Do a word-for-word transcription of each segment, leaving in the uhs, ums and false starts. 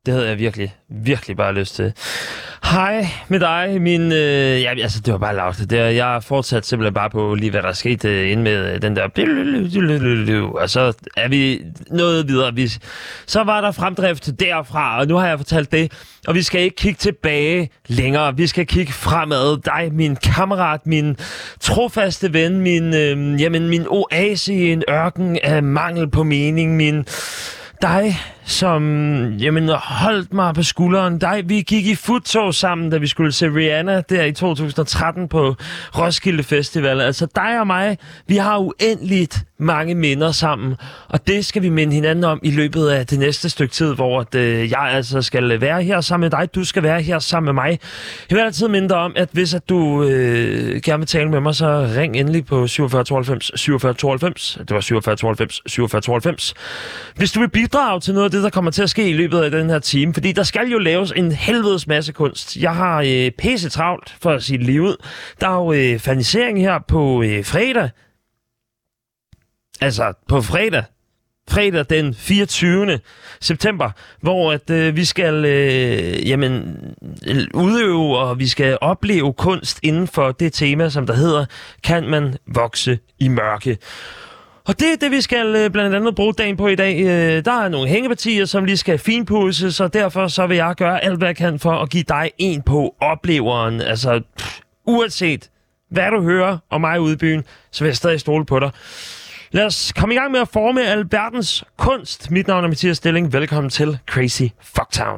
Det havde jeg virkelig, virkelig bare lyst til. Hej med dig, min... Øh, ja, altså, det var bare lavt. Det, jeg er fortsat simpelthen bare på lige, hvad der er sket øh, inde med den der... Og så er vi noget videre. Vi, så var der fremdrift derfra, og nu har jeg fortalt det. Og vi skal ikke kigge tilbage længere. Vi skal kigge fremad. Dig, min kammerat, min trofaste ven, min, øh, jamen, min oase i en ørken af mangel på mening, min... Dig, som jamen, holdt mig på skulderen. Dig, vi gik i futtog sammen, da vi skulle se Rihanna der i to tusind og tretten på Roskilde Festival. Altså dig og mig, vi har uendeligt mange minder sammen, og det skal vi minde hinanden om i løbet af det næste stykke tid, hvor at, øh, jeg altså skal være her sammen med dig, du skal være her sammen med mig. Jeg vil altid minde dig om, at hvis at du øh, gerne vil tale med mig, så ring endelig på syvogfyrre tooghalvfems syvogfyrre tooghalvfems. Det var syvogfyrre tooghalvfems syvogfyrre tooghalvfems. Hvis du vil bidrage til noget af det, der kommer til at ske i løbet af den her time, fordi der skal jo laves en helvedes masse kunst. Jeg har øh, pisse travlt for at sige det lige ud. Der er jo øh, fanisering her på øh, fredag. Altså på fredag. Fredag den fireogtyvende september, hvor at, øh, vi skal øh, jamen, udøve og vi skal opleve kunst inden for det tema, som der hedder, kan man vokse i mørke? Og det er det, vi skal øh, blandt andet bruge dagen på i dag. Øh, der er nogle hængepartier, som lige skal finpudses, så derfor så vil jeg gøre alt, hvad jeg kan for at give dig en på opleveren. Altså, pff, uanset hvad du hører om mig ude i byen, så vil jeg stadig stole på dig. Lad os komme i gang med at forme alverdens kunst. Mit navn er Mathias Stilling. Velkommen til Crazy Fucktown.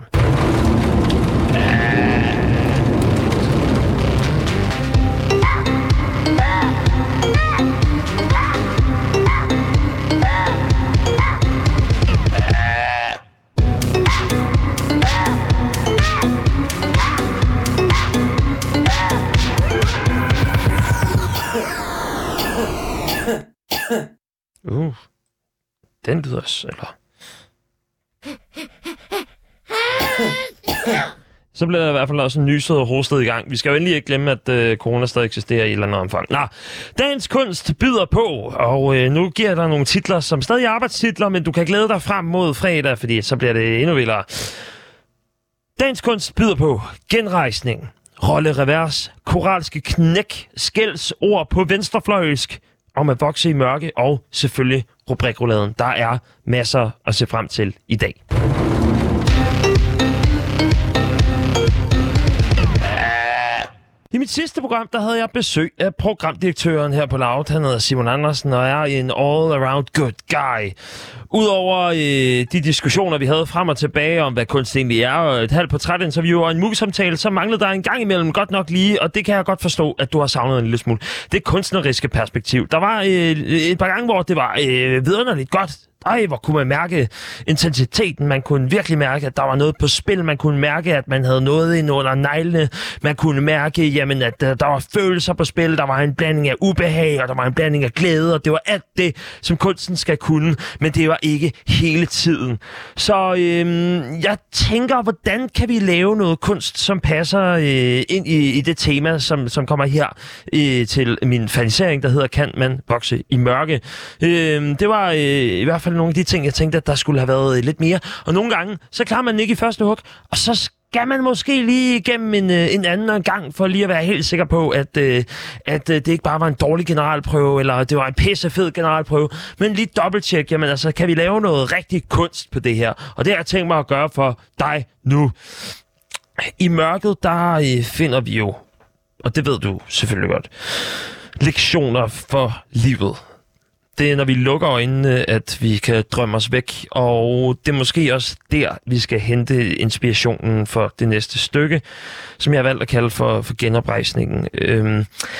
Uh, den lyder også, eller... Så bliver der i hvert fald også en nyset og hostet i gang. Vi skal jo endelig ikke glemme, at øh, corona stadig eksisterer i et eller andet omfang. Nå, dagens kunst byder på, og øh, nu giver jeg dig nogle titler, som stadig er arbejdstitler, men du kan glæde dig frem mod fredag, fordi så bliver det endnu vildere. Dagens kunst byder på genrejsning, rolle revers, koralske knæk, skældsord på venstrefløjsk, om at vokse i mørke, og selvfølgelig rubrikrouladen. Der er masser at se frem til i dag. I mit sidste program, der havde jeg besøg af programdirektøren her på Loud. Han hedder Simon Andersen og er en all-around good guy. Udover øh, de diskussioner, vi havde frem og tilbage om, hvad kunst egentlig er, og et halvt portrætinterview og en mus-samtale, så manglede der en gang imellem godt nok lige, og det kan jeg godt forstå, at du har savnet en lille smule. Det kunstneriske perspektiv. Der var øh, et par gange, hvor det var øh, vidunderligt godt. Ej, hvor kunne man mærke intensiteten. Man kunne virkelig mærke, at der var noget på spil. Man kunne mærke, at man havde noget ind under neglene. Man kunne mærke, jamen, at der, der var følelser på spil. Der var en blanding af ubehag, og der var en blanding af glæde. Og det var alt det, som kunsten skal kunne. Men det var ikke hele tiden. Så øhm, jeg tænker, hvordan kan vi lave noget kunst, som passer øh, ind i, i det tema, som, som kommer her øh, til min fanisering, der hedder, kan man vokse i mørke? Øh, det var øh, i hvert fald nogle af de ting, jeg tænkte, at der skulle have været lidt mere. Og nogle gange, så klarer man ikke i første hug, og så skal man måske lige igennem en, en anden gang, for lige at være helt sikker på, at, at det ikke bare var en dårlig generalprøve, eller det var en pissefed generalprøve, men lige dobbelttjek, jamen altså, kan vi lave noget rigtig kunst på det her? Og det har jeg tænkt mig at gøre for dig nu. I mørket, der finder vi jo, og det ved du selvfølgelig godt, lektioner for livet. Det er, når vi lukker øjnene, at vi kan drømme os væk, og det er måske også der, vi skal hente inspirationen for det næste stykke, som jeg har valgt at kalde for, for genoprejsningen. Øhm.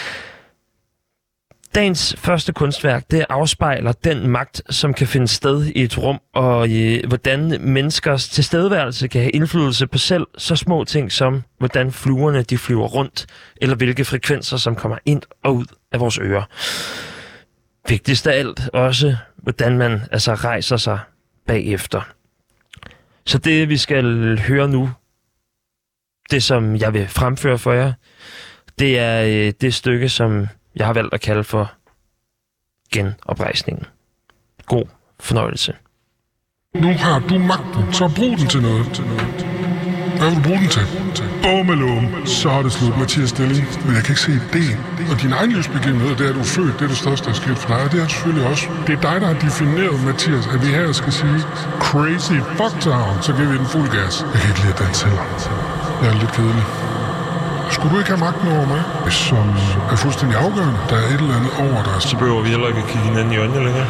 Dagens første kunstværk, det afspejler den magt, som kan finde sted i et rum, og i, hvordan menneskers tilstedeværelse kan have indflydelse på selv så små ting som, hvordan fluerne de flyver rundt, eller hvilke frekvenser, som kommer ind og ud af vores ører. Vigtigst af alt også, hvordan man altså rejser sig bagefter. Så det, vi skal høre nu, det som jeg vil fremføre for jer, det er øh, det stykke, som jeg har valgt at kalde for genoprejsningen. God fornøjelse. Nu har du magten, så brug den til noget. Hvad vil du bruge den til? Bum alum, så er det slut, Mathias Stilling. Men jeg kan ikke se idéen. Og din egen livsbegivenhed, det er, at du er født, det er det største, der er sket for dig. Og det er selvfølgelig også. Det er dig, der har defineret, Mathias, at vi her skal sige crazy fucktown, så giver vi den fuld gas. Jeg kan ikke lide den selv. Jeg er lidt kedelig. Skulle du ikke have magten over mig, som er fuldstændig afgørende? Der er et eller andet over dig. Så behøver vi heller ikke at kigge hinanden i øjnene længere.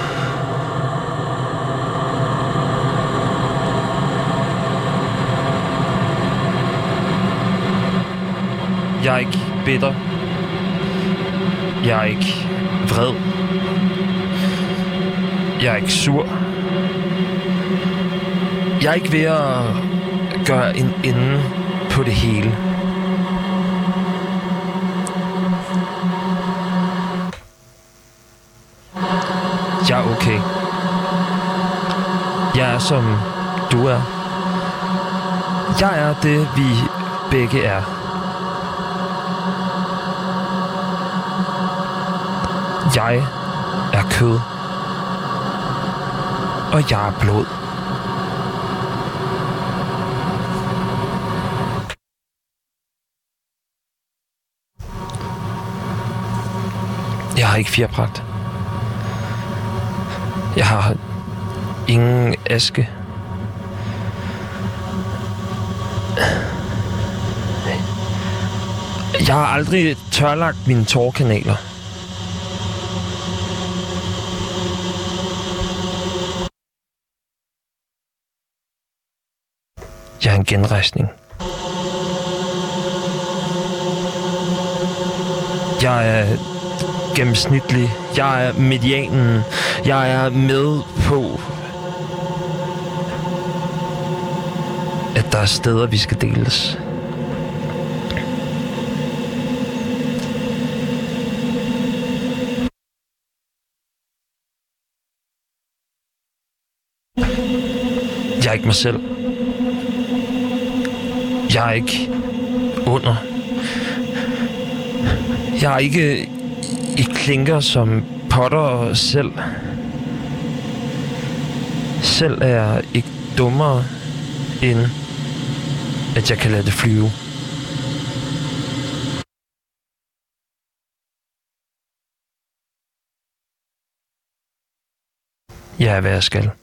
Jeg er ikke bitter. Jeg er ikke vred. Jeg er ikke sur. Jeg er ikke ved at gøre en ende på det hele. Jeg er okay. Jeg er som du er. Jeg er det, vi begge er. Jeg er kød. Og jeg er blod. Jeg har ikke fjerpragt. Jeg har ingen aske. Jeg har aldrig tørlagt mine tårkanaler. Jeg er en genrejsning. Jeg er gennemsnitlig. Jeg er medianen. Jeg er med på, at der er steder, vi skal deles. Jeg er ikke mig selv. Jeg er ikke under. Jeg er ikke i klinker som Potter selv. Selv er jeg ikke dummere, end at jeg kan lade det flyve. Jeg er, hvad jeg skal.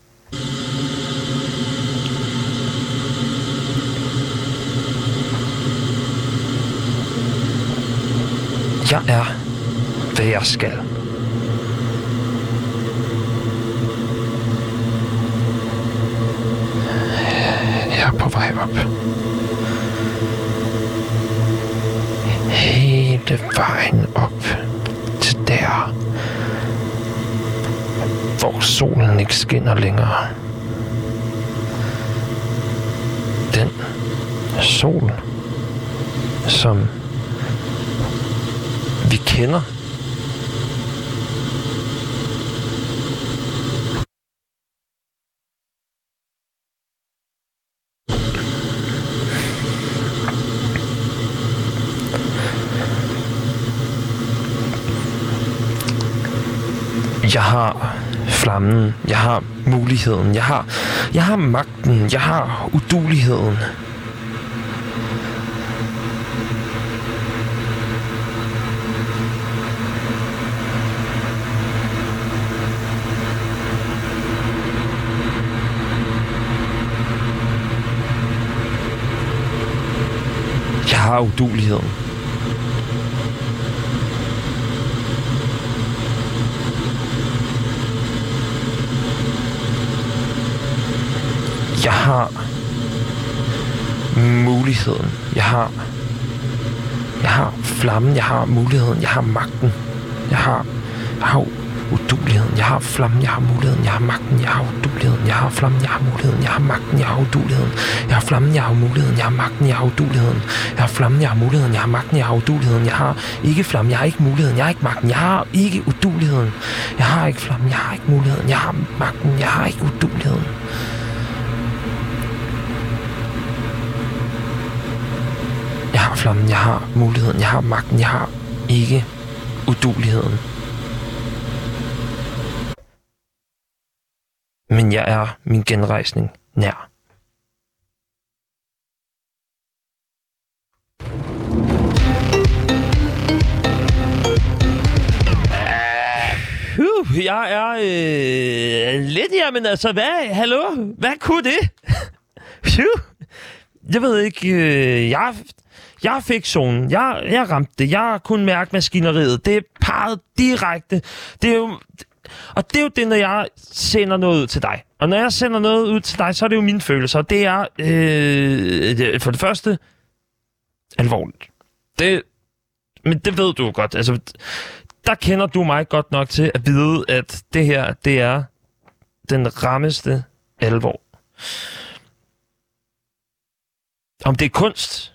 Jeg er, hvad jeg skal. Jeg er på vej op. Hele vejen op til der, hvor solen ikke skinner længere. Den sol, som vi kender. Jeg har flammen, jeg har muligheden, jeg har, jeg har magten, jeg har udueligheden. Jeg har udueligheden. Jeg har muligheden. Jeg har jeg har flammen, jeg har muligheden, jeg har magten. Jeg har jeg har udueligheden. Jeg har flammen, jeg har muligheden, jeg har magten, jeg har udueligheden. Jeg har flammen, jeg har muligheden, jeg har magten, jeg har udueligheden. Jeg har flammen, jeg har muligheden, jeg har magten, jeg har udueligheden. Jeg har flammen, jeg har muligheden, jeg har magten, jeg har udueligheden. Jeg har ikke flammen, jeg har ikke muligheden, jeg har ikke magten, jeg har ikke udueligheden. Jeg har ikke flammen, jeg har ikke muligheden, jeg har magten, jeg har ikke udueligheden. Jeg har flammen, jeg har muligheden, jeg har magten, jeg har ikke udueligheden. men jeg er min genrejsning nær. Uh, jeg er øh, lidt, jamen altså, hvad, hallo? Hvad kunne det? uh, jeg ved ikke, øh, jeg, jeg fik zonen, jeg, jeg ramte det, jeg kunne mærke maskineriet, det er parret direkte, det er jo, og det er jo det, når jeg sender noget ud til dig. Og når jeg sender noget ud til dig, så er det jo mine følelser, det er, øh, for det første, alvorligt. Det, men det ved du godt, altså... Der kender du mig godt nok til at vide, at det her, det er den rammeste alvor. Om det er kunst,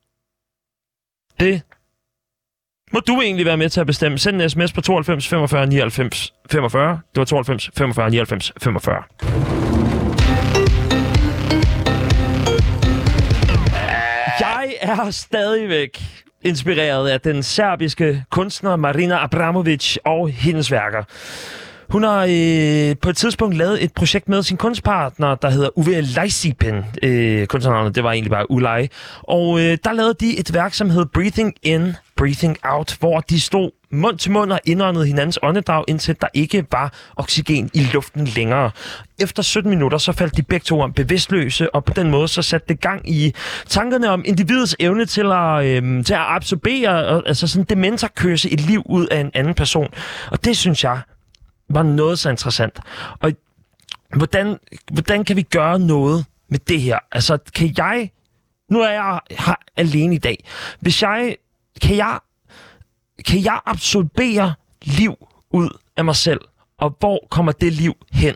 det må du egentlig være med til at bestemme. Send en sms på tooghalvfems femogfyrre nioghalvfems femogfyrre. Det var tooghalvfems femogfyrre nioghalvfems femogfyrre. Jeg er stadigvæk inspireret af den serbiske kunstner Marina Abramović og hendes værker. Hun har øh, på et tidspunkt lavet et projekt med sin kunstpartner, der hedder Uwe Leisipen. Øh, kunstnernavnet, det var egentlig bare Ulay. Og øh, der lavede de et værk, som hed Breathing In, Breathing Out, hvor de stod mund til mund og indåndede hinandens åndedrag, indtil der ikke var oxygen i luften længere. Efter sytten minutter, så faldt de begge to om bevidstløse, og på den måde så satte det gang i tankerne om individets evne til at, øh, til at absorbere, og, altså sådan dementerkøse et liv ud af en anden person. Og det synes jeg var noget så interessant. Og hvordan, hvordan kan vi gøre noget med det her? Altså, kan jeg... Nu er jeg her alene i dag. Hvis jeg... Kan jeg... Kan jeg absorbere liv ud af mig selv? Og hvor kommer det liv hen?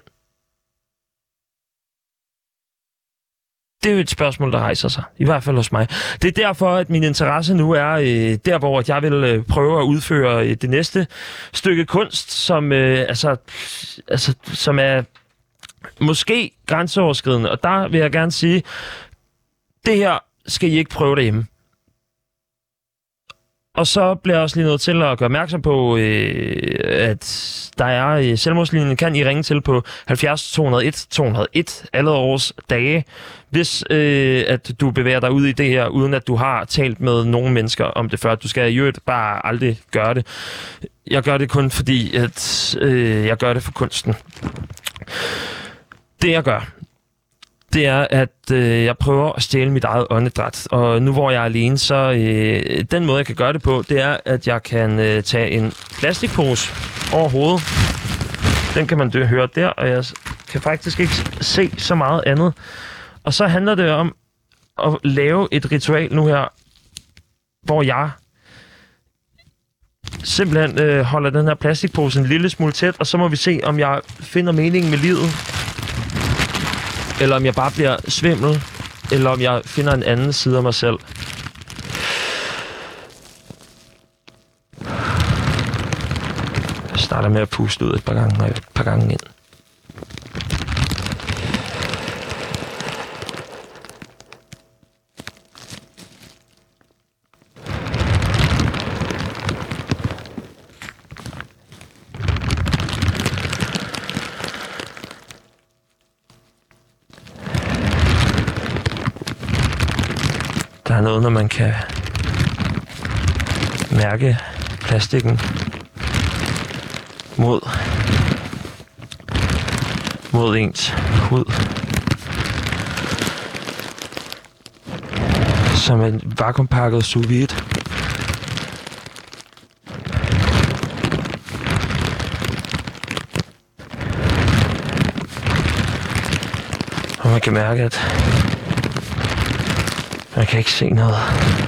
Det er jo et spørgsmål, der rejser sig. I hvert fald hos mig. Det er derfor, at min interesse nu er øh, der, hvor jeg vil øh, prøve at udføre øh, det næste stykke kunst, som, øh, altså, altså, som er måske grænseoverskridende. Og der vil jeg gerne sige, det her skal I ikke prøve derhjemme. Og så bliver jeg også lige nødt til at gøre opmærksom på, øh, at der er øh, selvmordslinjen, kan I ringe til på halvfjerds to nul et to nul et alle års dage, hvis øh, at du bevæger dig ud i det her, uden at du har talt med nogle mennesker om det før. Du skal jo bare aldrig gøre det. Jeg gør det kun fordi, at øh, jeg gør det for kunsten. Det jeg gør, det er, at øh, jeg prøver at stjæle mit eget åndedræt. Og nu hvor jeg er alene, så øh, den måde, jeg kan gøre det på, det er, at jeg kan øh, tage en plastikpose over hovedet. Den kan man dø, høre der, og jeg kan faktisk ikke se så meget andet. Og så handler det om at lave et ritual nu her, hvor jeg simpelthen øh, holder den her plastikpose en lille smule tæt, og så må vi se, om jeg finder meningen med livet. Eller om jeg bare bliver svimmel, eller om jeg finder en anden side af mig selv. Jeg starter med at puste ud et par gange, og et par gange ind. Der er noget, når man kan mærke plastikken mod, mod ens hud. Som en vakuumpakket sous vide. Og man kan mærke, at man kan ikke se noget.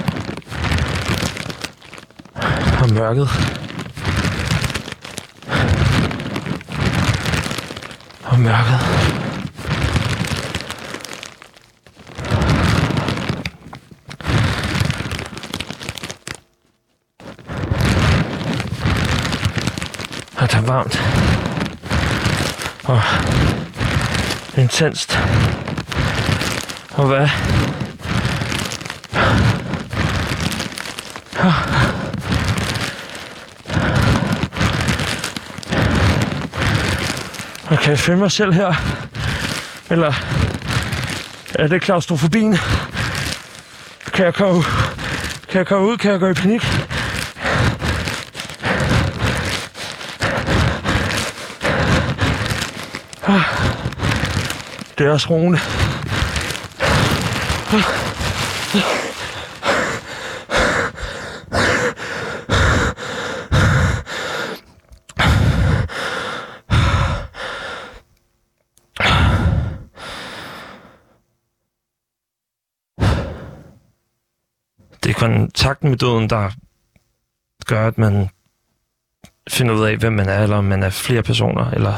Og mørket. Og mørket. Og det er varmt. Og intenst. Og hvad? Okay. Kan jeg finde mig selv her? Eller er det klaustrofobien? Kan jeg komme, kan jeg komme ud? Kan jeg gå i panik? Det er også roende. Det er kontakten med døden, der gør, at man finder ud af, hvem man er, eller om man er flere personer, eller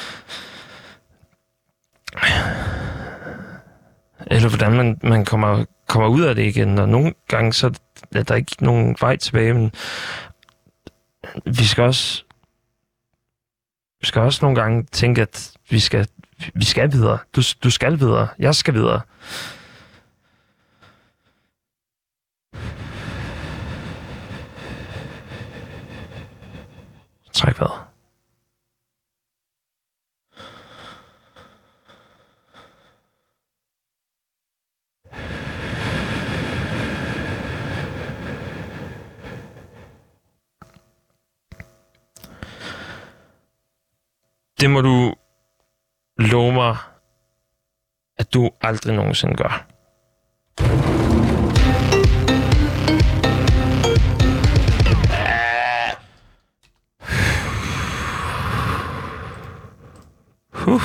eller hvordan man, man kommer, kommer ud af det igen. Og nogle gange, så er der ikke nogen vej tilbage, men vi skal også vi skal også nogle gange tænke, at vi skal, vi skal videre. Du, du skal videre. Jeg skal videre. Træk vejret. Det må du love mig, at du aldrig nogensinde gør. Uh.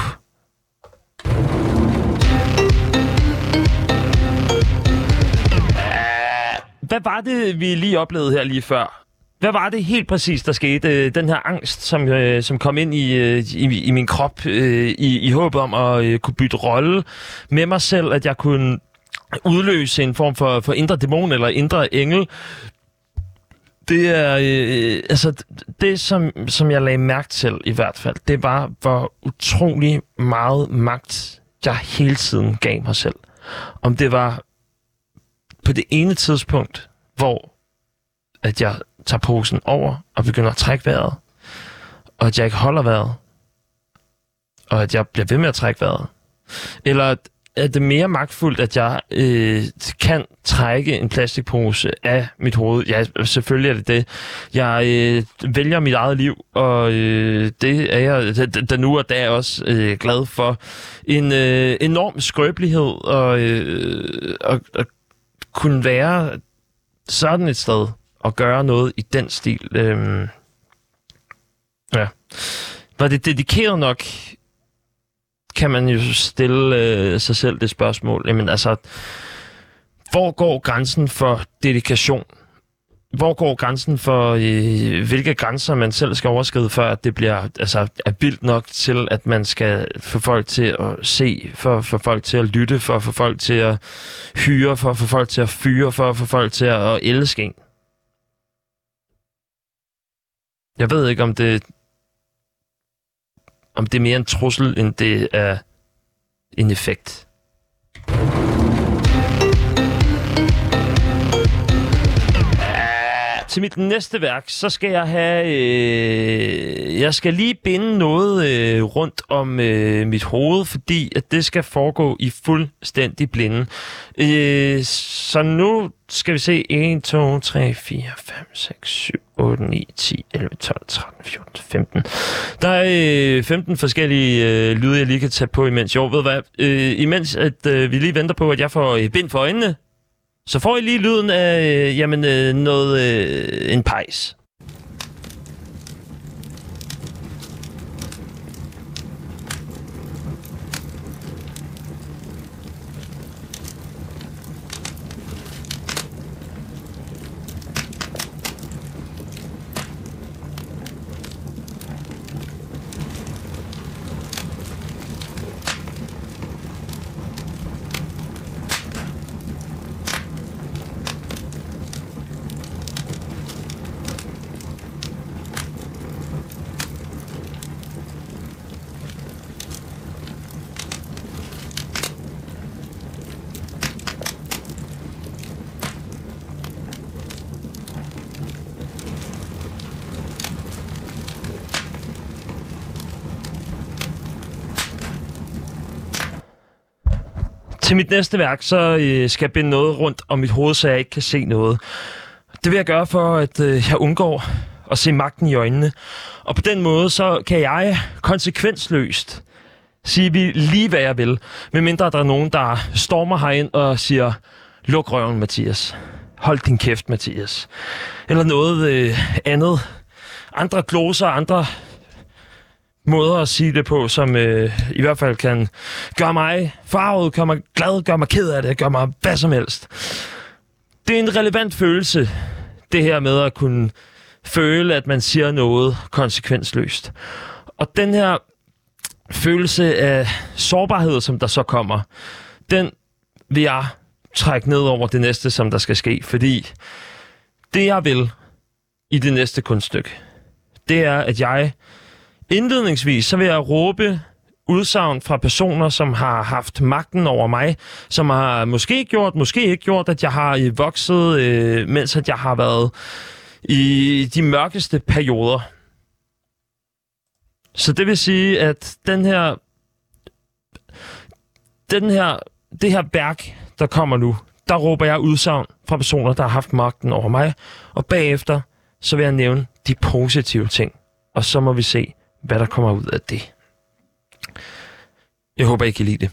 Hvad var det, vi lige oplevede her lige før? Hvad var det helt præcis, der skete? Den her angst, som, øh, som kom ind i, i, i min krop, øh, i, i håb om at øh, kunne bytte rolle med mig selv, at jeg kunne udløse en form for, for indre dæmon eller indre engel. Det er, øh, altså, det som, som jeg lagde mærke til i hvert fald, det var, hvor utrolig meget magt jeg hele tiden gav mig selv. Om det var på det ene tidspunkt, hvor at jeg tager posen over og begynder at trække vejret, og at jeg ikke holder vejret, og at jeg bliver ved med at trække vejret. Eller er det mere magtfuldt, at jeg øh, kan trække en plastikpose af mit hoved? Ja, selvfølgelig er det det. Jeg øh, vælger mit eget liv, og øh, det er jeg da nu og da også øh, glad for. En øh, enorm skrøbelighed, og, øh, og, og kunne være sådan et sted, og gøre noget i den stil. Øhm, ja. Var det dedikeret nok, kan man jo stille øh, sig selv det spørgsmål. Jamen altså, hvor går grænsen for dedikation? Hvor går grænsen for, øh, hvilke grænser man selv skal overskride, før at det bliver altså, er vildt nok til, at man skal få folk til at se, for at få folk til at lytte, for at få folk til at hyre, for at få folk til at fyre, for at få folk til at elske en? Jeg ved ikke, om det om det er mere en trussel, end det er en effekt. Til mit næste værk, så skal jeg have... Øh, jeg skal lige binde noget øh, rundt om øh, mit hoved, fordi at det skal foregå i fuldstændig blinde. Øh, så nu skal vi se en, to, tre, fire, fem, seks, syv, otte, ni, ti, elleve, tolv, tretten, fjorten, femten. Der er øh, femten forskellige øh, lyde, jeg lige kan tage på imens. Jo, ved hvad? Øh, imens at øh, vi lige venter på, at jeg får øh, bind for øjnene, så får I lige lyden af øh, jamen, øh, noget, øh, en pejs. Til mit næste værk, så øh, skal jeg binde noget rundt om mit hoved, så jeg ikke kan se noget. Det vil jeg gøre for, at øh, jeg undgår at se magten i øjnene. Og på den måde, så kan jeg konsekvensløst sige vi lige, hvad jeg vil. Medmindre der er nogen, der stormer herind og siger, luk røven, Mathias. Hold din kæft, Mathias. Eller noget øh, andet. Andre gloser, andre måder at sige det på, som øh, i hvert fald kan gøre mig farvet, gøre mig glad, gøre mig ked af det, gøre mig hvad som helst. Det er en relevant følelse, det her med at kunne føle, at man siger noget konsekvensløst. Og den her følelse af sårbarhed, som der så kommer, den vil jeg trække ned over det næste, som der skal ske. Fordi det, jeg vil i det næste kunststykke, det er, at jeg indledningsvis, så vil jeg råbe udsagn fra personer, som har haft magten over mig, som har måske gjort, måske ikke gjort, at jeg har vokset, øh, mens at jeg har været i de mørkeste perioder. Så det vil sige, at den her, den her, det her værk, der kommer nu, der råber jeg udsagn fra personer, der har haft magten over mig, og bagefter, så vil jeg nævne de positive ting, og så må vi se, hvad der kommer ud af det. Jeg håber, I kan lide det.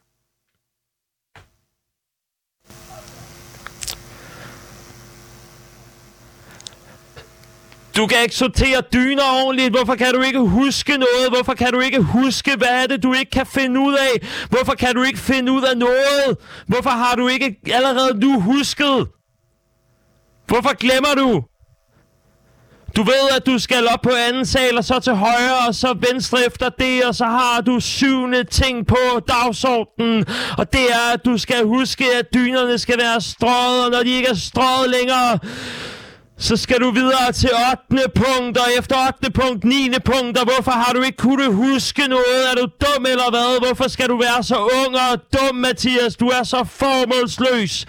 Du kan ikke sortere dyner ordentligt. Hvorfor kan du ikke huske noget? Hvorfor kan du ikke huske, hvad er det, du ikke kan finde ud af? Hvorfor kan du ikke finde ud af noget? Hvorfor har du ikke allerede nu husket? Hvorfor glemmer du? Du ved, at du skal op på anden sal, og så til højre, og så venstre efter det, og så har du syvende ting på dagsordenen. Og det er, at du skal huske, at dynerne skal være strøget, og når de ikke er strøget længere, så skal du videre til ottende punkt, og efter ottende punkt, niende punkt, og hvorfor har du ikke kunnet huske noget? Er du dum eller hvad? Hvorfor skal du være så ung og dum, Mathias? Du er så formålsløs.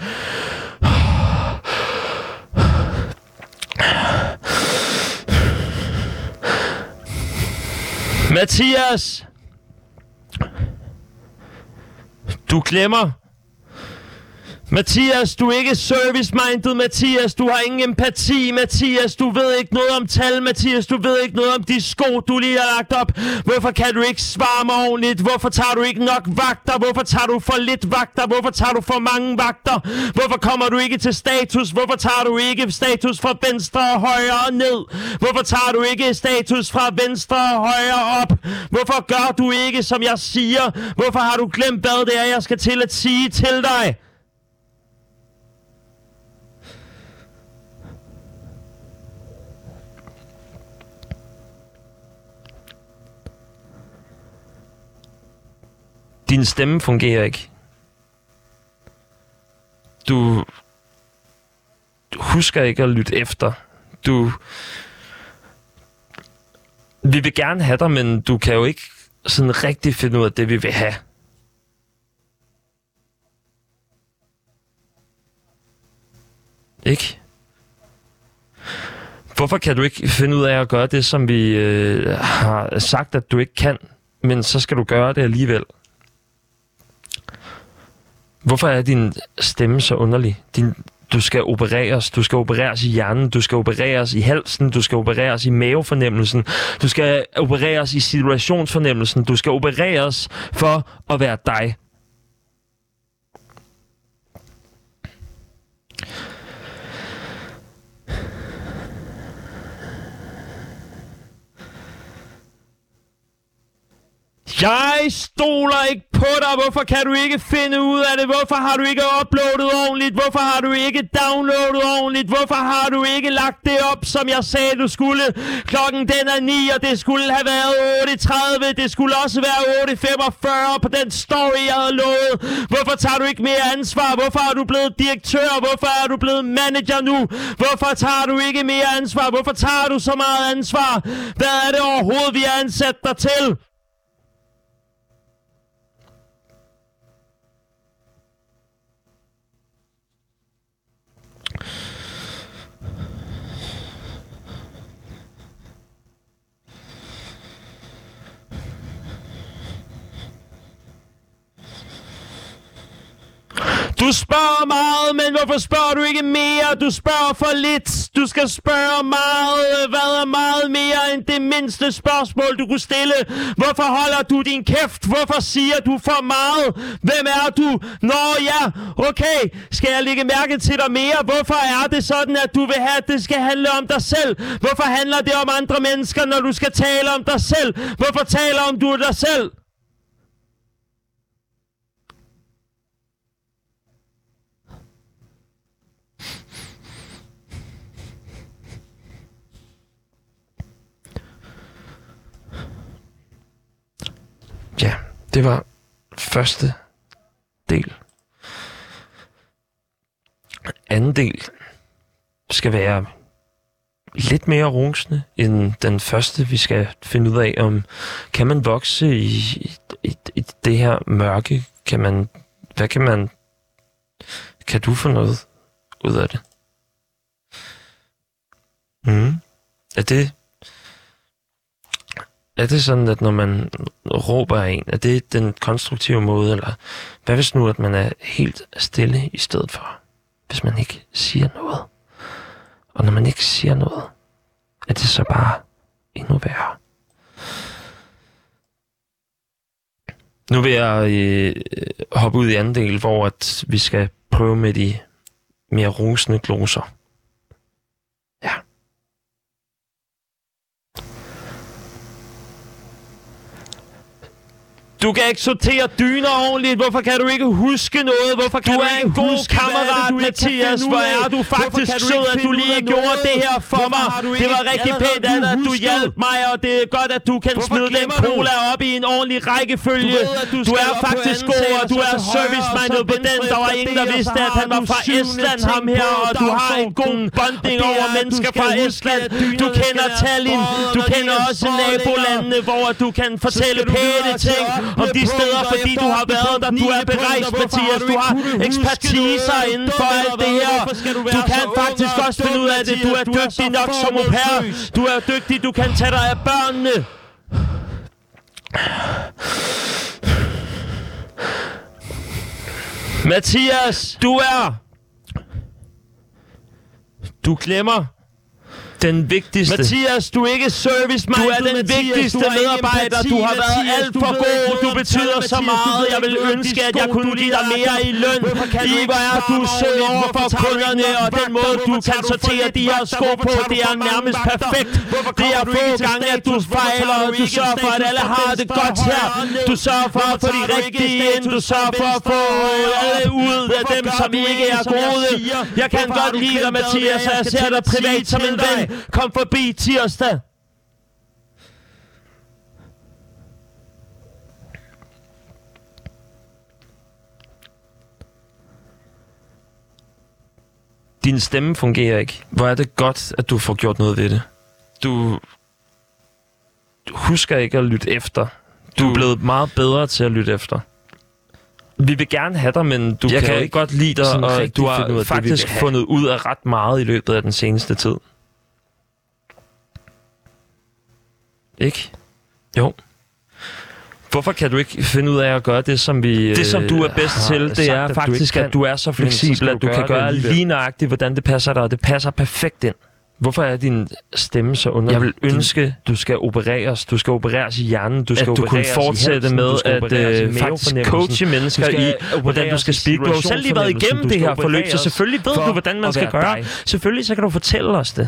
Mathias! Du glemmer. Mathias, du er ikke service-minded, Mathias. Du har ingen empati, Mathias. Du ved ikke noget om tal, Mathias. Du ved ikke noget om de sko, du lige har lagt op. Hvorfor kan du ikke svare mig ordentligt? Hvorfor tager du ikke nok vagter? Hvorfor tager du for lidt vagter? Hvorfor tager du for mange vagter? Hvorfor kommer du ikke til status? Hvorfor tager du ikke status fra venstre og højre og ned? Hvorfor tager du ikke status fra venstre og højre op? Hvorfor gør du ikke, som jeg siger? Hvorfor har du glemt, hvad det er, jeg skal til at sige til dig? Din stemme fungerer ikke. Du, du husker ikke at lytte efter. Du... Vi vil gerne have dig, men du kan jo ikke sådan rigtig finde ud af det, vi vil have. Ikke? Hvorfor kan du ikke finde ud af at gøre det, som vi øh, har sagt, at du ikke kan, men så skal du gøre det alligevel? Hvorfor er din stemme så underlig? Din, du skal opereres. Du skal opereres i hjernen. Du skal opereres i halsen. Du skal opereres i mavefornemmelsen. Du skal opereres i situationsfornemmelsen. Du skal opereres for at være dig. Jeg stoler ikke på dig. Hvorfor kan du ikke finde ud af det? Hvorfor har du ikke uploadet ordentligt? Hvorfor har du ikke downloadet ordentligt? Hvorfor har du ikke lagt det op, som jeg sagde, du skulle? Klokken den er ni, og det skulle have været otte tredive. Det skulle også være otte femogfyrre på den story, jeg havde lovet. Hvorfor tager du ikke mere ansvar? Hvorfor er du blevet direktør? Hvorfor er du blevet manager nu? Hvorfor tager du ikke mere ansvar? Hvorfor tager du så meget ansvar? Hvad er det overhovedet, vi har ansat dig til? Du spørger meget, men hvorfor spørger du ikke mere? Du spørger for lidt. Du skal spørge meget. Hvad er meget mere end det mindste spørgsmål, du kunne stille? Hvorfor holder du din kæft? Hvorfor siger du for meget? Hvem er du? Nå ja, okay. Skal jeg lægge mærke til dig mere? Hvorfor er det sådan, at du vil have, at det skal handle om dig selv? Hvorfor handler det om andre mennesker, når du skal tale om dig selv? Hvorfor taler om du dig selv? Ja, det var første del. Anden del skal være lidt mere rungsende end den første. Vi skal finde ud af, om kan man vokse i, i, i det her mørke? Kan man, hvad kan man, kan du få noget ud af det? Mm. Er det Er det sådan, at når man råber af en, er det den konstruktive måde, eller hvad hvis nu, at man er helt stille i stedet for, hvis man ikke siger noget? Og når man ikke siger noget, er det så bare endnu værre? Nu vil jeg øh, hoppe ud i anden del, hvor at vi skal prøve med de mere rusende gloser. Ja. Du kan ikke sortere dyner ordentligt. Hvorfor kan du ikke huske noget? Hvorfor kan du, du er en god kammerat, Mathias. Hvor er du faktisk sød, at du lige gjorde det her for mig. Det var rigtig pænt, at du hjalp mig, og det er godt, at du kan smide den cola op i en ordentlig rækkefølge. Du er faktisk god, og du er service-minded på den. Der var ingen, der vidste, at han var fra Estland, ham her, og du har en god bonding over mennesker fra Estland. Du kender Tallinn. Du kender også nabolandene, hvor du kan fortælle pæne ting om de steder, fordi du har været der. Du er berejst, Mathias. Du har ekspertiser inden for alt det her. Du kan faktisk også finde ud af det. Du er dygtig nok som au pair. Du er dygtig. Du kan tage dig af børnene. Mathias, du er... Du glemmer den vigtigste. Mathias, du er ikke service-minded. Du er den Mathias, vigtigste medarbejder. Du har været alt for god. Du betyder så meget. Jeg vil ønske, at jeg kunne give dig mere i løn. I hvor er du sød over for kunderne, og den måde, du kan sortere de her sko på, det er nærmest perfekt. Det er få gange, at du fejler, og du sørger for, at alle har det godt her. Du sørger for at få de rigtige ind. Du sørger for at få alle ud af dem, som ikke er gode. Jeg kan godt lide dig, Mathias, og jeg ser dig privat som en ven. Kom forbi tirsdag. Din stemme fungerer ikke. Hvor er det godt, at du får gjort noget ved det. Du, du husker ikke at lytte efter. Du er blevet meget bedre til at lytte efter. Vi vil gerne have dig, men du jeg kan, kan ikke godt lide dig, og du har faktisk det, fundet ud af ret meget i løbet af den seneste tid. Ikke? Jo. Hvorfor kan du ikke finde ud af at gøre det, som vi... Det, som du er bedst har, til, det sagt, er faktisk, at du, at du er så fleksibel, at du, du kan gøre lige nøjagtigt, hvordan det passer dig, og det passer perfekt ind. Hvorfor er din stemme så under? Jeg vil ønske, du skal opereres. Du skal opereres i hjernen. Du skal at du kunne fortsætte med at øh, faktisk coache mennesker i, hvordan du skal speak. Du har jo selv lige været igennem det her forløb, så selvfølgelig ved du, hvordan man skal gøre. Dig. Selvfølgelig så kan du fortælle os det.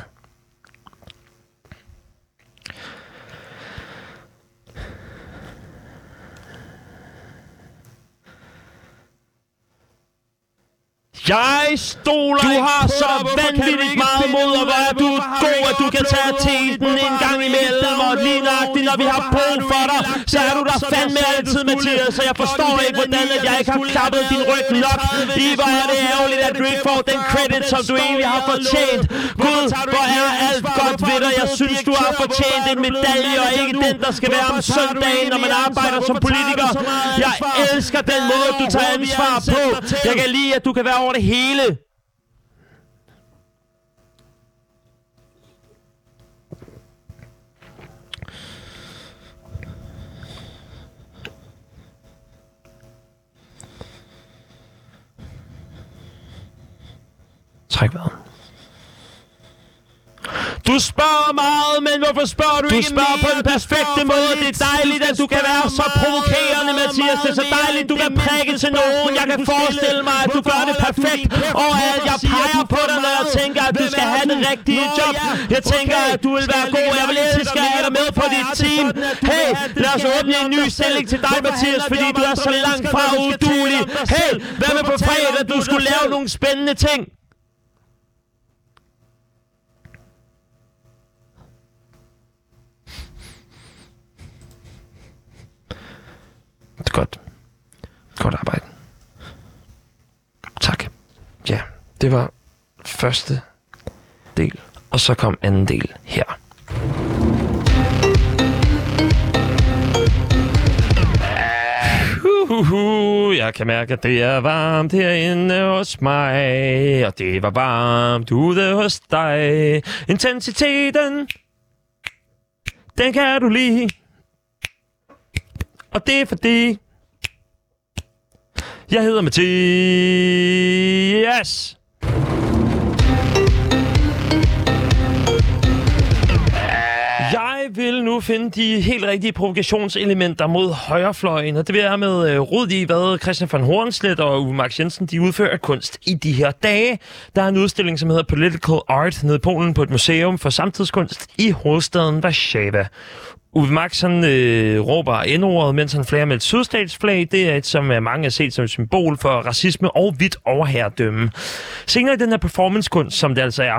Jeg stoler. Du har så vanvittigt meget mod, og hvor er du god, at du kan tage teten en gang imellem, og lige nøjagtigt, når vi har brug for dig, så er du der fandme altid, Mathias, så jeg forstår ikke, hvordan at jeg ikke har klappet din ryg nok. I hvor er det ærgerligt, at du ikke får den credit, som du egentlig har fortjent. Gud, hvor er alt godt ved dig. Jeg synes, du har fortjent en medalje, og ikke den, der skal være om søndagen, når man arbejder som politiker. Jeg elsker den måde, du tager ansvar på. Jeg kan lide, at du kan være over det hele. Træk vejret. Du spørger meget, men hvorfor spørger du, du ikke spørger på den perfekte måde. Det er dejligt, at du kan være så provokerende, Mathias. Det er så dejligt, du kan prikke til nogen. Jeg kan forestille mig, at du gør det perfekt. Og at jeg peger på dig, når jeg tænker, at du skal have det rigtige job. Jeg tænker, at du vil være god. Jeg vil elske at have dig med på dit team. Hey, lad os åbne en ny stilling til dig, Mathias, fordi du er så langt fra uduelig. Hey, hvad med på fredag, at du skulle lave nogle spændende ting? Godt. Godt arbejde. Tak. Ja, det var første del, og så kom anden del her. Uhuhu, jeg kan mærke, at det er varmt herinde hos mig, og det var varmt ude hos dig. Intensiteten, den kan du lide. Og det er fordi, jeg hedder Mathias. Jeg vil nu finde de helt rigtige provokationselementer mod højrefløjen, og det vil jeg med øh, rod i, hvad Christian von Hornslet og Uwe Max Jensen de udfører kunst i de her dage. Der er en udstilling, som hedder Political Art nede i Polen på et museum for samtidskunst i hovedstaden Warszawa. Uwe Max, han øh, råber N-ordet, mens han flager med et sydstatsflag. Det er et, som mange har set som et symbol for racisme og hvidt overherredømme. Senere i den her performancekunst, som det altså er,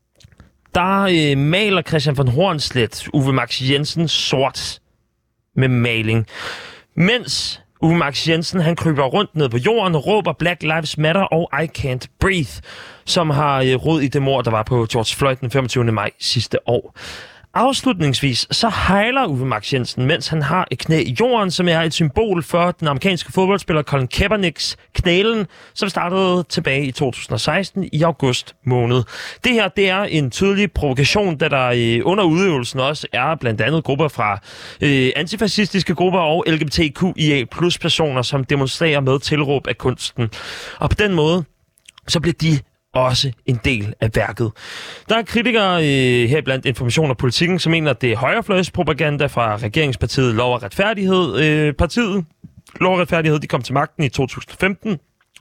der øh, maler Christian von Hornslet Uwe Max Jensen sort med maling. Mens Uwe Max Jensen, han kryber rundt ned på jorden og råber Black Lives Matter og I Can't Breathe, som har øh, rod i det mord, der var på George Floyd den femogtyvende maj sidste år. Afslutningsvis så hejler Uwe Max Jensen, mens han har et knæ i jorden, som er et symbol for den amerikanske fodboldspiller Colin Kaepernicks knælen, som startede tilbage i to tusind og seksten i august måned. Det her, det er en tydelig provokation, da der øh, under udøvelsen også er blandt andet grupper fra øh, antifascistiske grupper og L G B T Q I A plus personer, som demonstrerer med tilråb af kunsten. Og på den måde, så bliver de også en del af værket. Der er kritikere øh, her blandt Information og Politikken, som mener, at det er højrefløjspropaganda fra regeringspartiet Lov og Retfærdighed. Øh, partiet Lov og Retfærdighed, de kom til magten i to tusind og femten,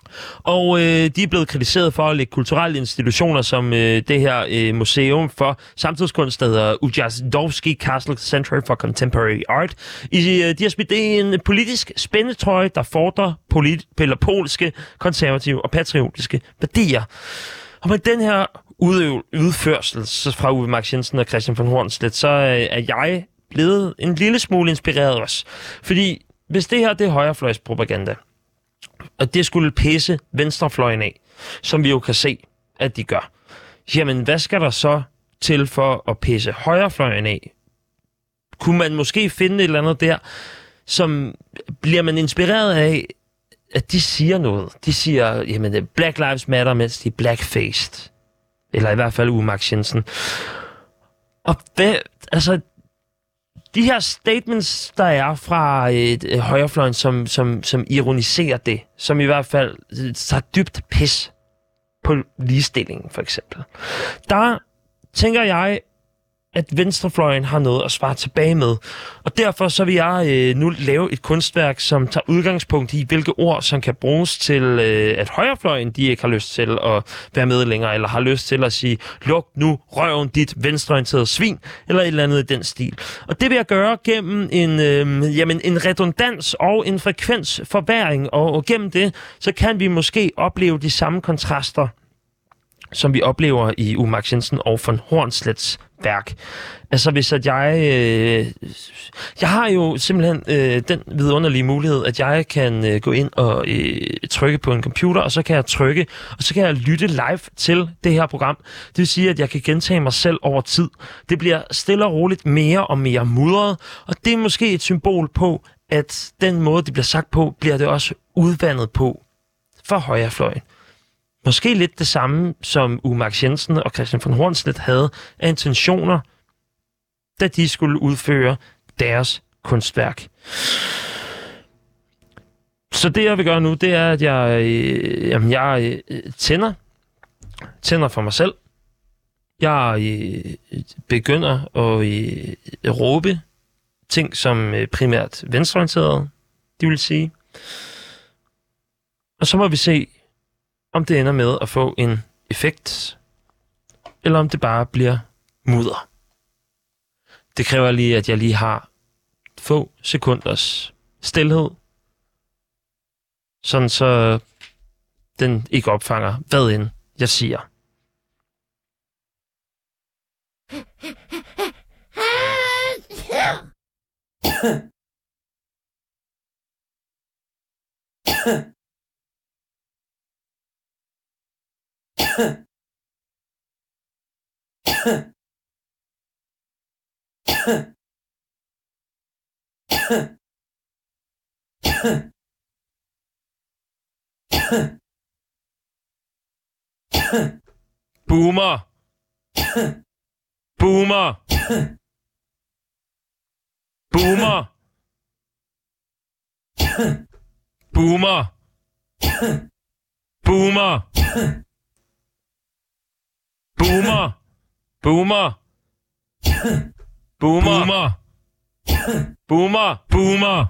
og øh, de er blevet kritiseret for at lægge kulturelle institutioner som øh, det her øh, museum for samtidskunst, der hedder Ujazdowski Castle Center for Contemporary Art. I, øh, de har smidt en politisk spændetrøje, der fordrer polit- eller polske, konservative og patriotiske værdier. Og med den her udøv- udførsel fra Uwe Max Jensen og Christian von Hornslet, så øh, er jeg blevet en lille smule inspireret også. Fordi hvis det her det er højrefløjspropaganda, og det skulle pisse venstrefløjen af, som vi jo kan se, at de gør. Jamen, hvad skal der så til for at pisse højrefløjen af? Kunne man måske finde et eller andet der, som bliver man inspireret af, at de siger noget? De siger, jamen, Black Lives Matter, mens de er blackfaced. Eller i hvert fald Uwe Max Jensen. Og hvad, altså, de her statements, der er fra et, et højrefløjen, som, som, som ironiserer det, som i hvert fald tager dybt pis på ligestillingen, for eksempel. Der tænker jeg, at venstrefløjen har noget at svare tilbage med. Og derfor så vil jeg øh, nu lave et kunstværk, som tager udgangspunkt i, hvilke ord, som kan bruges til, øh, at højrefløjen, de ikke har lyst til at være med længere, eller har lyst til at sige, luk nu røven dit venstreorienterede svin, eller et eller andet i den stil. Og det vil jeg gøre gennem en, øh, jamen, en redundans og en frekvensforværing, og, og gennem det, så kan vi måske opleve de samme kontraster, som vi oplever i Uwe Max Jensen og von Hornslets værk. Altså hvis at jeg... Øh, jeg har jo simpelthen øh, den vidunderlige mulighed, at jeg kan øh, gå ind og øh, trykke på en computer, og så kan jeg trykke, og så kan jeg lytte live til det her program. Det vil sige, at jeg kan gentage mig selv over tid. Det bliver stille og roligt mere og mere mudret, og det er måske et symbol på, at den måde, det bliver sagt på, bliver det også udvandet på for højrefløjen. Måske lidt det samme, som Uwe Max Jensen og Christian von Hornslet havde af intentioner, da de skulle udføre deres kunstværk. Så det, jeg vil gøre nu, det er, at jeg, øh, jamen, jeg øh, tænder tænder for mig selv. Jeg øh, begynder at øh, råbe ting, som øh, primært venstreorienterede, de vil sige. Og så må vi se, om det ender med at få en effekt, eller om det bare bliver mudder. Det kræver lige, at jeg lige har få sekunders stilhed, sådan så den ikke opfanger, hvad end jeg siger. Boomer. Boomer. Boomer. Boomer. Boomer. Boomer. Boomer. Boomer. Boomer. Boomer.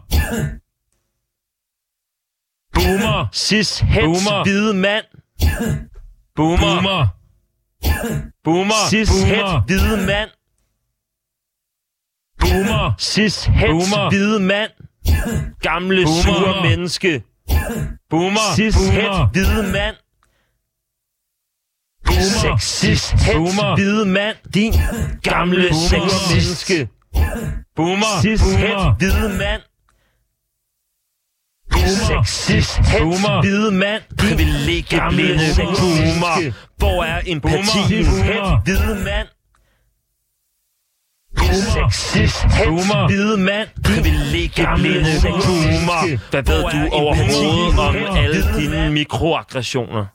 Boomer. Cis-hets hvide mand. Boomer. Boomer. Cis-het hvide mand. Boomer. Cis-hets hvide mand. Gamle sure menneske. Boomer. Cis-het hvide mand. Cis-het hvide mand. Din gamle sure menneske. Boomer. Cis-het hvide mand. Cis-het hvide mand. Privilegieblinde boomer. Hvor er empatien? Cis-het hvide mand. Cis-het hvide mand. Privilegieblinde boomer. Hvad ved du overhovedet om alle dine mikroaggressioner?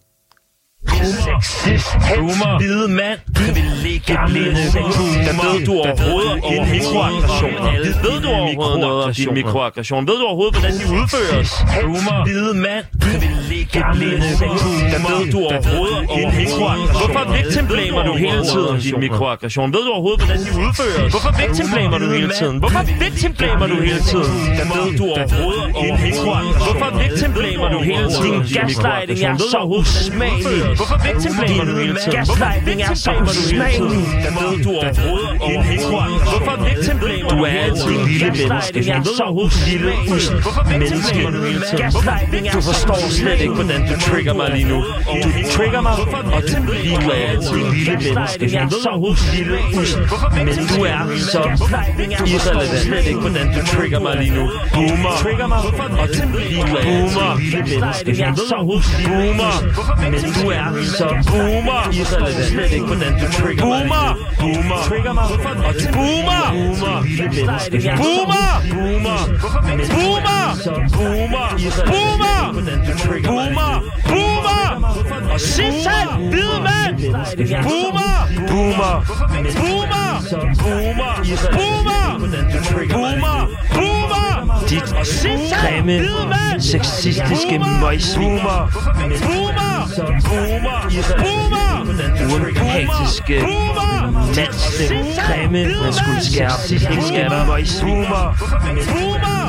Cis-het hvide mand. Privilegieblinde boomer. Hvad ved du overhovedet om dine mikroaggressioner? Ved du overhovedet noget om dine mikroaggressioner? Ved du overhovedet, hvordan de udføres? Cis-het hvide mand. Privilegieblinde boomer. Hvad ved du overhovedet om dine mikroaggressioner? Hvorfor victimblamer du hele tiden dine mikroaggressioner? Ved du overhovedet, hvordan de udføres? Hvorfor victimblamer du hele tiden? Hvorfor victimblamer du hele tiden? Hvad ved du overhovedet om dine mikroaggressioner? Hvorfor victimblamer du hele tiden? Din gaslighting er så usmagelig. Hvorfor victimblamer du hele tiden? Gaslighting er så usmagelig. Hvad ved du overhovedet om dine mikroaggressioner? Hvorfor victimblamer du hele tiden? Du er et lille menneske. Er så lille usel menneske. Gaslighting er så forstår slet ikke, hvordan du trigger mig lige nu. Du trigger mig, og du lige er altid en lille menneske. Jeg er så lille usel, men du er så irrelevant. Slet ikke, hvordan du trigger mig lige nu. Boomer. Trigger mig, og du lige er altid en lille menneske. Jeg er så boomer, men du er så boomer. Irrelevant. Slet ikke, hvordan du trigger mig lige nu. Boomer. Trigger mig, og du boomer. Boomer. Boomer. Boomer. Boomer. Boomer. Boomer. Boomer. Boomer. Og cis-het hvide mand. Boomer. Boomer. Boomer. Boomer. Boomer. Boomer. Boomer. Dit grimme, sexistiske møgsvin. Boomer. Boomer. Boomer. Uempatiske, mandsting, grimme, man skulle skærpe sit hængskatter. Møgsvin. Boomer.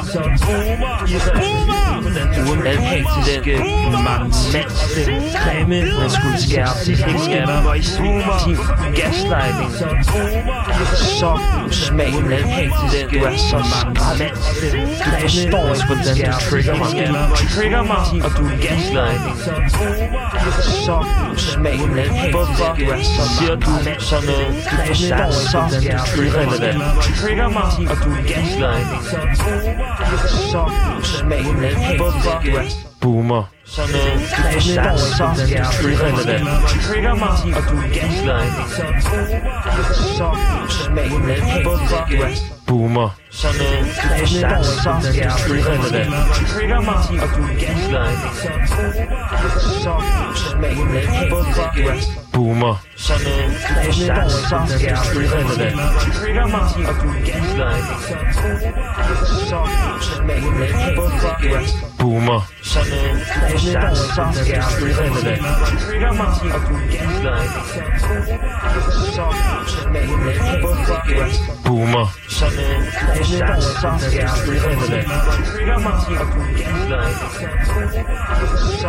Boomer. Uempatiske, mandsting, grimme, man skulle skærpe sit hængskatter. Møgsvin. Din gaslighting er så usmagelig. Du er så mandsting. Du forstår ikke, hvordan du trigger mig. Du trigger mig, og du er gaslighting. Er så usmagelig. Hvorfor siger du sådan noget? Du forstår ikke, hvordan du irrelevant. Du trigger mig, og du er gaslighting. Er så usmagelig. Hvorfor boomer? Sådan noget. Du forstår ikke, hvordan du irrelevant. Du trigger mig, og du er gaslighting. Er så usmagelig. Hvorfor boomer? Sådan noget. Du forstår ikke, hvordan du irrelevant. Du trigger mig, og du er gaslighting. Er så usmagelig. Hvorfor boomer? Sådan noget. Du forstår ikke, hvordan du irrelevant. Du trigger mig, og du er gaslighting. Er så usmagelig. Hvorfor boomer? Sådan noget. Du sat, så skal jeg udrende det. Trigger mig, og du er glad. Så boomer. Sådan en sat, så skal jeg udrende det. Trigger mig, og du er glad. Så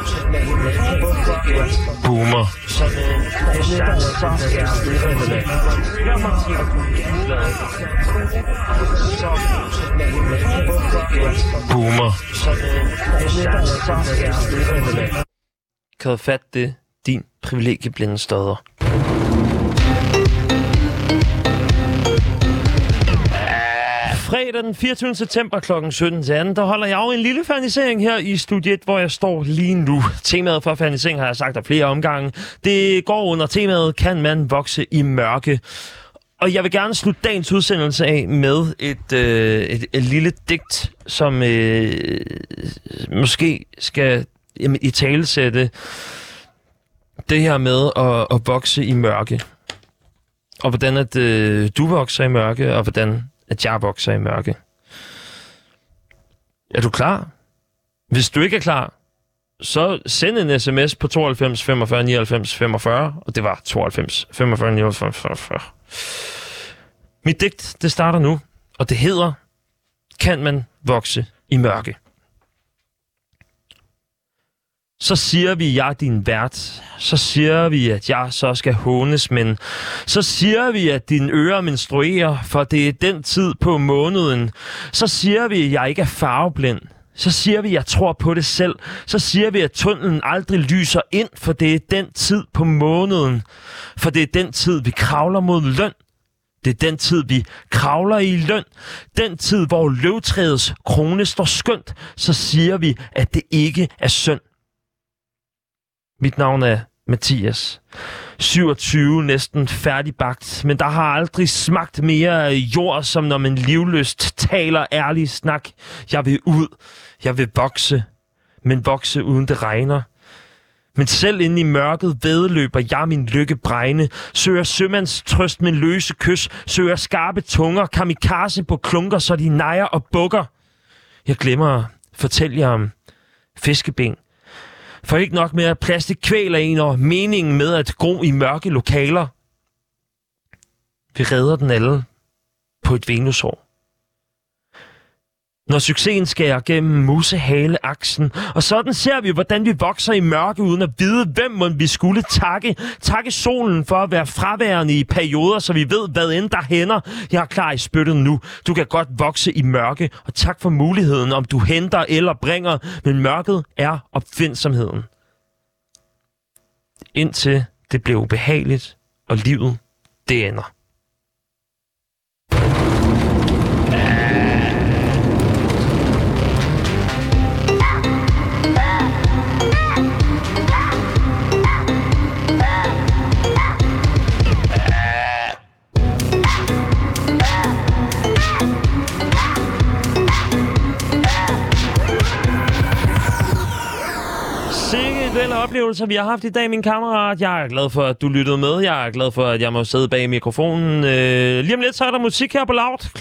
boomer. Sådan en sat, så skal jeg udrende det. Trigger mig, og du er glad. Så boomer. Kan du fatte det, din privilegieblinde støder? Fredag den fireogtyvende september klokken sytten til atten, der holder jeg jo en lille fernisering her i studiet, hvor jeg står lige nu. Temaet for fernisering har jeg sagt af flere omgange. Det går under temaet, kan man vokse i mørke? Og jeg vil gerne slutte dagens udsendelse af med et, øh, et, et lille digt, som øh, måske skal jamen, italesætte det her med at, at vokse i mørke. Og hvordan at øh, du vokser i mørke, og hvordan at jeg vokser i mørke. Er du klar? Hvis du ikke er klar, så send en sms på tooghalvfems femogfyrre nioghalvfems femogfyrre, og det var tooghalvfems femogfyrre nioghalvfems femogfyrre. Mit digt, det starter nu, og det hedder, kan man vokse i mørke? Så siger vi, jeg er din vært. Så siger vi, at jeg så skal hånes, men så siger vi, at dine ører menstruerer, for det er den tid på måneden. Så siger vi, at jeg ikke er farveblind. Så siger vi, at jeg tror på det selv. Så siger vi, at tunnelen aldrig lyser ind, for det er den tid på måneden. For det er den tid, vi kravler mod løn. Det er den tid, vi kravler i løn. Den tid, hvor løvtræets krone står skønt. Så siger vi, at det ikke er synd. Mit navn er Mathias. syvogtyve, næsten færdigbagt, men der har aldrig smagt mere jord, som når man livløst taler ærlig snak. Jeg vil ud, jeg vil vokse, men vokse uden det regner. Men selv inde i mørket vædeløber jeg min lykke bregne, søger sømands trøst med løse kys, søger skarpe tunger, kamikaze på klunker, så de nejer og bukker. Jeg glemmer at fortælle jer om fiskeben. For ikke nok med at plastik kvæler en, og meningen med at gro i mørke lokaler. Vi redder den alle på et venusår. Når succesen skærer gennem musehaleaksen, og sådan ser vi, hvordan vi vokser i mørke, uden at vide, hvem må vi skulle takke. Takke solen for at være fraværende i perioder, så vi ved, hvad end der hænder. Jeg er klar i spyttet nu. Du kan godt vokse i mørke, og tak for muligheden, om du henter eller bringer. Men mørket er opfindsomheden. Indtil det bliver ubehageligt, og livet, det ender. Sikke oplevelser, vi har haft i dag, min kammerat. Jeg er glad for, at du lyttede med. Jeg er glad for, at jeg må sidde bag mikrofonen. Øh, lige om lidt, så er der musik her på Loud.